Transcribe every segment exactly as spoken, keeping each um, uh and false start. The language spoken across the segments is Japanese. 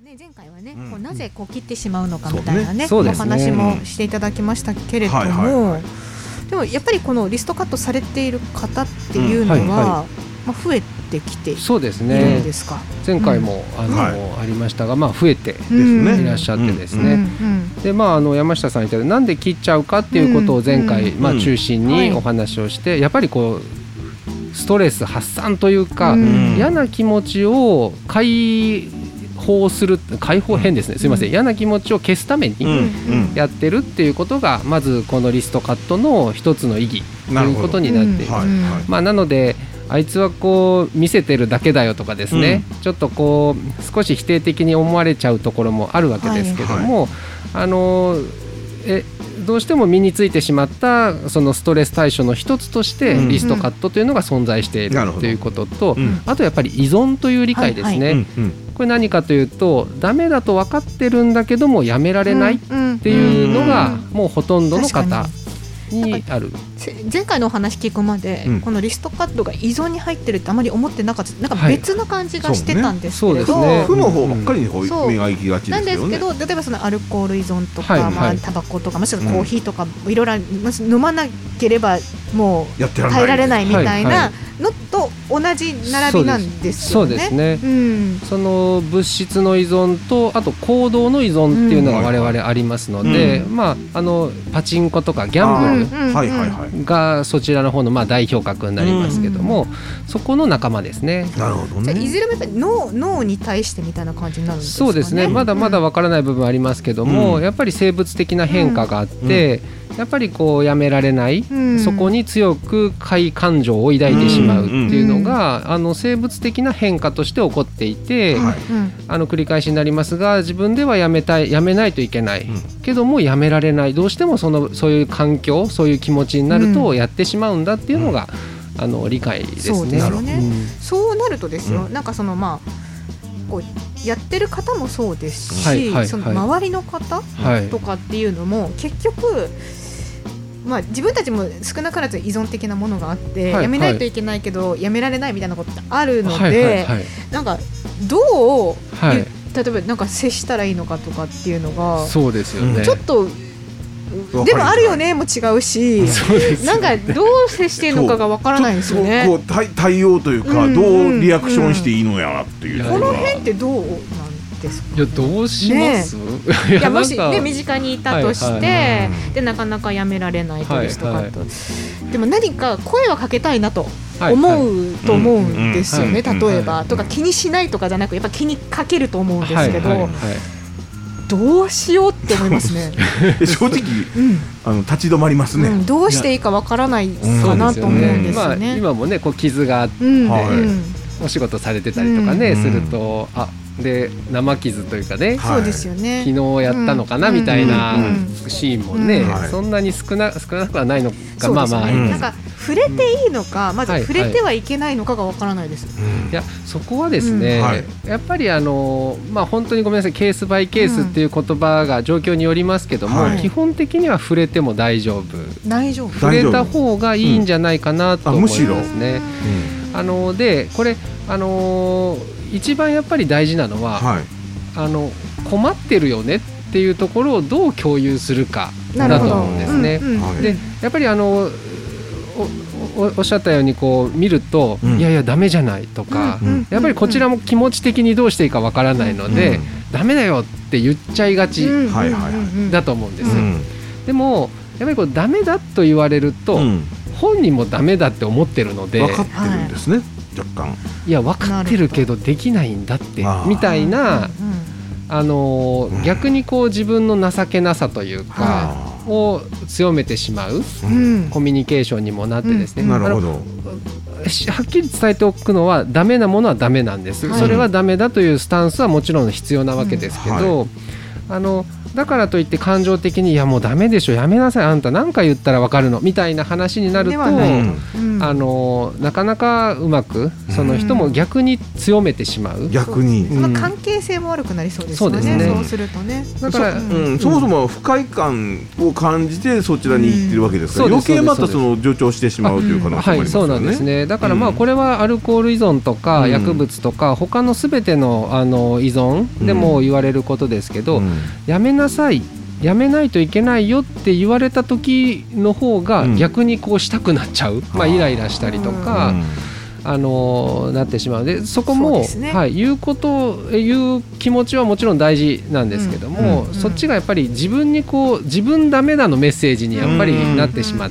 ね、前回はね、 うん、 こうなぜこう切ってしまうのかみたいなね、 そうねお話もしていただきましたけれども、 はいはいはい、 でもやっぱりこのリストカットされている方っていうのは、うんはいはい、まあ、増えてきているんですか。 前回も、うん、あの、はい、ありましたが、まあ、増えていらっしゃってですね、で、まあ、あの山下さん言ったようになんで切っちゃうかっていうことを前回、うん、まあ、中心にお話をして、はい、やっぱりこうストレス発散というか、うん、嫌な気持ちを解放する、解放変ですね、すいません、嫌な気持ちを消すためにやってるっていうことがまずこのリストカットの一つの意義ということになっています。まあ、なのであいつはこう見せてるだけだよとかですね、うん、ちょっとこう少し否定的に思われちゃうところもあるわけですけども、はいはい、あのえどうしても身についてしまったそのストレス対処の一つとしてリストカットというのが存在しているということと、うん、あとやっぱり依存という理解ですね、はいはい、これ何かというとダメだと分かってるんだけどもやめられないっていうのがもうほとんどの方にある。 前回のお話聞くまで、うん、このリストカットが依存に入ってるってあまり思ってなかった。なんか別な感じがしてたんですけれど、 はいね、負の方ばっかりに目が行きがちですよね。 なんですけど、例えばそのアルコール依存とか、はいはい、まあ、タバコとかもしくはコーヒーとか、うん、いろいろ飲まなければもう耐えられないみたいなのと同じ並びなんですよね。 そうですね、うん、その物質の依存とあと行動の依存っていうのが我々ありますので、うん、まあ、あのパチンコとかギャンブル、うん、はいはいはい、がそちらの方のまあ代表格になりますけども、うん、そこの仲間ですね。 なるほどね。 じゃいずれもやっぱり 脳, 脳に対してみたいな感じになるんですかね。 そうですね、まだまだわからない部分ありますけども、うん、やっぱり生物的な変化があって、うん、やっぱりこうやめられない、うん、そこに強く快感情を抱いてしまうっていうのが、うん、あの生物的な変化として起こっていて、うん、あの繰り返しになりますが自分ではやめたいやめないといけない、うん、けどもやめられない、どうしてもそのそういう環境そういう気持ちになるとやってしまうんだっていうのが、うん、あの理解ですね。 そうですよね、うん、そうなるとですよ、うん、なんかそのまあこうやってる方もそうですし、はいはいはい、その周りの方とかっていうのも結局、まあ、自分たちも少なからず依存的なものがあって、はいはい、やめないといけないけどやめられないみたいなことってあるので、はいはいはい、なんかどう、はい、例えばなんか接したらいいのかとかっていうのがそうですよね、 ちょっとでもあるよねも違うし、なんかどう接していいのかがわからないんですよね。 こう対、対応というか、うん、どうリアクションしていいのやらっていう、 うん、この辺ってどうなんですか、ね、 いやどうします、ね、 いやもし、ね、身近にいたとして、はいはい、でなかなかやめられないとですとかと、はいはい、でも何か声はかけたいなと思うと思うんですよね、例えばとか気にしないとかじゃなくやっぱ気にかけると思うんですけど、はいはいはい、どうしようって思いますね正直、うん、あの立ち止まりますね、うん、 どうしていいかわからないかなと思うんですよね、 まあ、今もねこう傷があって、うんはい、お仕事されてたりとかね、うん、するとあで生傷というかね、 そうですよね、 昨日やったのかな、うん、みたいなシーンもね、うん、そんなに少な、少なくはないのか、まあまああります。 なんか触れていいのか、うん、まず触れてはいけないのかがわからないです、はいはい、 いやそこはですね、うんはい、やっぱりあの、まあ、本当にごめんなさいケースバイケースっていう言葉が状況によりますけども、はい、基本的には触れても大丈夫、 大丈夫触れた方がいいんじゃないかなと思いますね、うん、あのでこれあの一番やっぱり大事なのは、はい、あの困ってるよねっていうところをどう共有するかだと思うんですね、うんうん、でやっぱりあの お, お, おっしゃったようにこう見ると、うん、いやいやダメじゃないとか、うん、やっぱりこちらも気持ち的にどうしていいかわからないので、うん、ダメだよって言っちゃいがちだと思うんです、うん、でもやっぱりこうダメだと言われると、うん、本人もダメだって思ってるので分かってるんですね、はい、若干いや分かってるけどできないんだってみたいな、あのーうん、逆にこう自分の情けなさというかを強めてしまう、うん、コミュニケーションにもなってですね、うん、 なるほど、 はっきり伝えておくのはダメなものはダメなんです、はい、それはダメだというスタンスはもちろん必要なわけですけど、うんはい、あのだからといって感情的にいやもうダメでしょやめなさいあんた何か言ったら分かるのみたいな話になると、うん、あのなかなかうまくその人も逆に強めてしまう、 逆に、 その関係性も悪くなりそうですよね。 そうですね。そうするとね、 だから、うんうん、そもそも不快感を感じてそちらに行ってるわけですから、うん、余計またその助長してしまうという可能性もありますよね。はい、そうなんですね。 だからまあこれはアルコール依存とか薬物とか他のすべてのあの依存でも言われることですけど、うん、やめなさいやめないといけないよって言われた時の方が逆にこうしたくなっちゃう、うん、まあ、イライラしたりとか、うん、あのなってしまうでそこもそ、ね、はい、言うこと言う気持ちはもちろん大事なんですけども、うんうん、そっちがやっぱり自分にこう自分ダメだのメッセージにやっぱりなってしまって、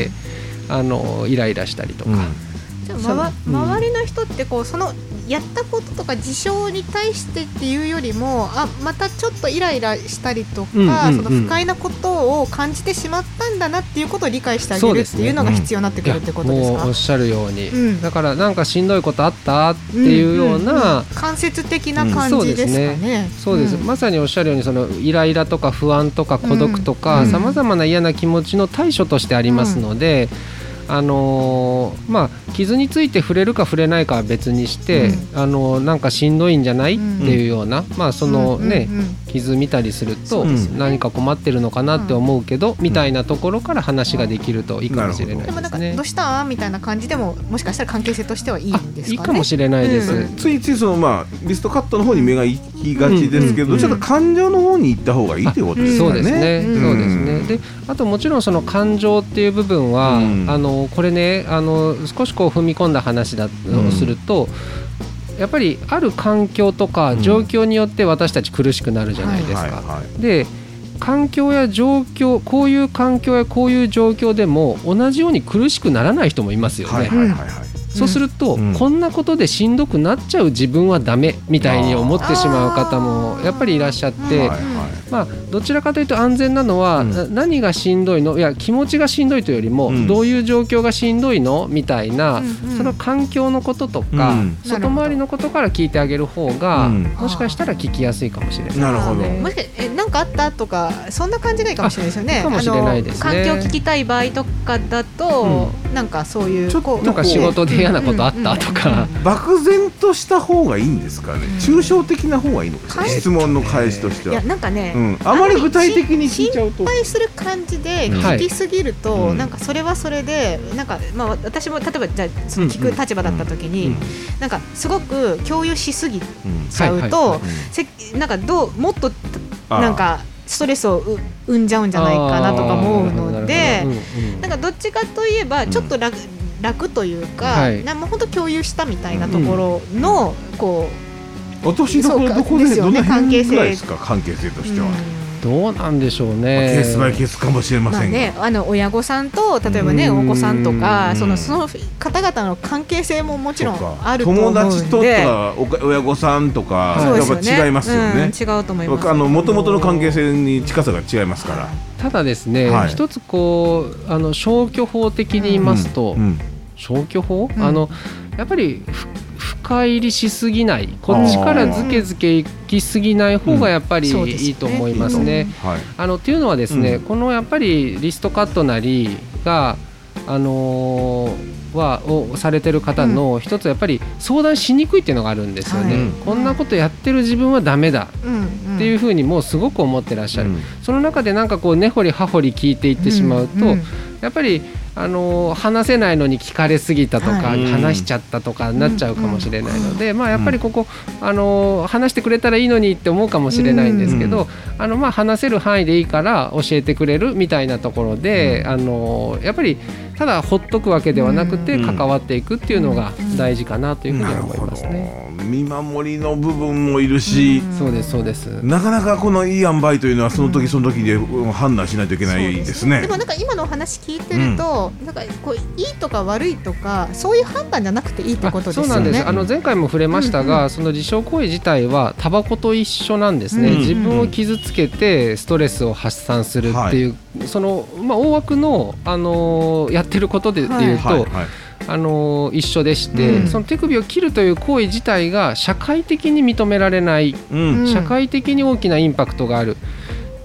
うん、あのイライラしたりとか、うん、 じゃあ、まわ、周りの人ってこうそのやったこととか事象に対してっていうよりもあまたちょっとイライラしたりとか、うんうんうん、その不快なことを感じてしまったんだなっていうことを理解してあげるっていうのが必要になってくるってことですか。 もうおっしゃるように、うん、だからなんかしんどいことあったっていうような、うんうんうん、 間接的な感じですかね。 そうですね、そうです、うん、まさにおっしゃるようにそのイライラとか不安とか孤独とかさまざまな嫌な気持ちの対処としてありますので、うん、あのーまあ、傷について触れるか触れないかは別にして、うん、あのー、なんかしんどいんじゃない、うん、っていうような、まあそのね、うんうんうん、傷見たりすると、うん、何か困ってるのかなって思うけど、うん、みたいなところから話ができるといいかもしれないですね。でもなんかどうしたみたいな感じでももしかしたら関係性としてはいいんですかね。 いいかもしれないです、うん、 ついついその、まあ、リストカットの方に目が行きがちですけど、うんうんうん、ちょっと感情の方に行った方がいいということですかね。 そうですね、うん、そうですね。であともちろんその感情っていう部分は、うん、あのこれねあの少しこう踏み込んだ話だとすると、うん、やっぱりある環境とか状況によって私たち苦しくなるじゃないですか、うん、はいはいはい、で環境や状況こういう環境やこういう状況でも同じように苦しくならない人もいますよね、はいはいはいはい、そうすると、うん、こんなことでしんどくなっちゃう自分はダメみたいに思ってしまう方もやっぱりいらっしゃって、はいはい、まあ、どちらかというと安全なのは、うん、何がしんどいのいや気持ちがしんどいというよりも、うん、どういう状況がしんどいのみたいな、うんうん、その環境のこととか、うん、外回りのことから聞いてあげる方が、うん、もしかしたら聞きやすいかもしれないですね。 なるほど。 もしかえ何かあったとかそんな感じがいいかもしれないですよね。 かもしれないですね。 環境を聞きたい場合とかだと、うん、なんかそういうちょっとなんか仕事で嫌なことあったとか、うんうんうん、 漠然とした方がいいんですかね、うん、抽象的な方がいいのか、ね、質問の返しとしては。 いやなんかね、 うん、あまり具体的に聞いちゃうと心配する感じで聞きすぎると、うん、なんかそれはそれでなんか、まあ、私も例えばじゃあその聞く立場だった時に、うんうん、なんかすごく共有しすぎちゃうと、なんかどうもっとなんかストレスを生んじゃうんじゃないかなとか思うので、なんかどっちかといえばちょっと楽、うん、楽というか、はい、なんか本当共有したみたいなところの、うん、こう私どこどこでどの辺ぐらいですか、関係性としては。 どうなんでしょうね、まあ、 ケースバイケースかもしれませんが、まあね、 あの親御さんと例えばねお子さんとかその、その方々の関係性ももちろんあると思うんで、 友達とか親御さんとか、はい、やっぱ違いますよね、うん、 違うと思います。 あの元々の関係性に近さが違いますから。 ただですね、はい、一つこうあの消去法的に言いますと、うんうん、消去法、うん、あのやっぱり深入りしすぎないこっちからずけずけいきすぎない方がやっぱりいいと思いますね。あのっていうのはですね、うん、このやっぱりリストカットなりがあのー、はをされてる方の一つやっぱり相談しにくいっていうのがあるんですよね、はい、こんなことやってる自分はダメだっていうふうにもうすごく思ってらっしゃる、うん、その中でなんかこう根掘り葉掘り聞いていってしまうと、うんうん、やっぱりあの話せないのに聞かれすぎたとか、はい、話しちゃったとかになっちゃうかもしれないので、うんうん、まあ、やっぱりここあの話してくれたらいいのにって思うかもしれないんですけど、うん、あのまあ話せる範囲でいいから教えてくれるみたいなところで、うん、あのやっぱりただほっとくわけではなくて関わっていくっていうのが大事かなというふうに思いますね。 見守りの部分もいるし、 うん、そうですそうです。 なかなかこのいい塩梅というのはその時その時で判断しないといけないですね。 でもなんか今のお話聞いてると、うん、なんかこういいとか悪いとかそういう判断じゃなくていいってことですよね。 そうなんです。あの前回も触れましたが、うんうん、その自傷行為自体はタバコと一緒なんですね、うんうん、自分を傷つけてストレスを発散するっていう、はい、その、まあ、大枠の、あのー、やってることで、はい、いうと、はいはい、あのー、一緒でして、うん、その手首を切るという行為自体が社会的に認められない、うん、社会的に大きなインパクトがあるっ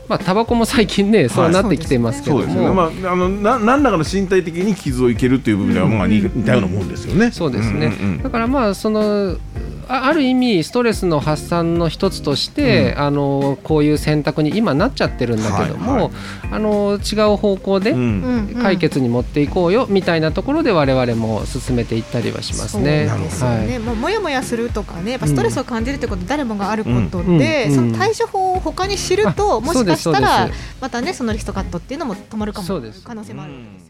まあタバコも最近ねそうなってきてますけども、そうですね、 まあ、あのな何らかの身体的に傷をいけるという部分ではまあ似たようなもんですよね。 そうですね、うんうん、だからまあそのあ, ある意味ストレスの発散の一つとして、うん、あのこういう選択に今なっちゃってるんだけども、はいはい、あの違う方向で解決に持っていこうよみたいなところで我々も進めていったりはしますね。 そうですよね、はい、もうもやもやするとかね、やっぱストレスを感じるってこと誰もがあることで、うんうんうん、その対処法を他に知るともしかしたらまたねそのリストカットっていうのも止まるかも可能性もあるんです。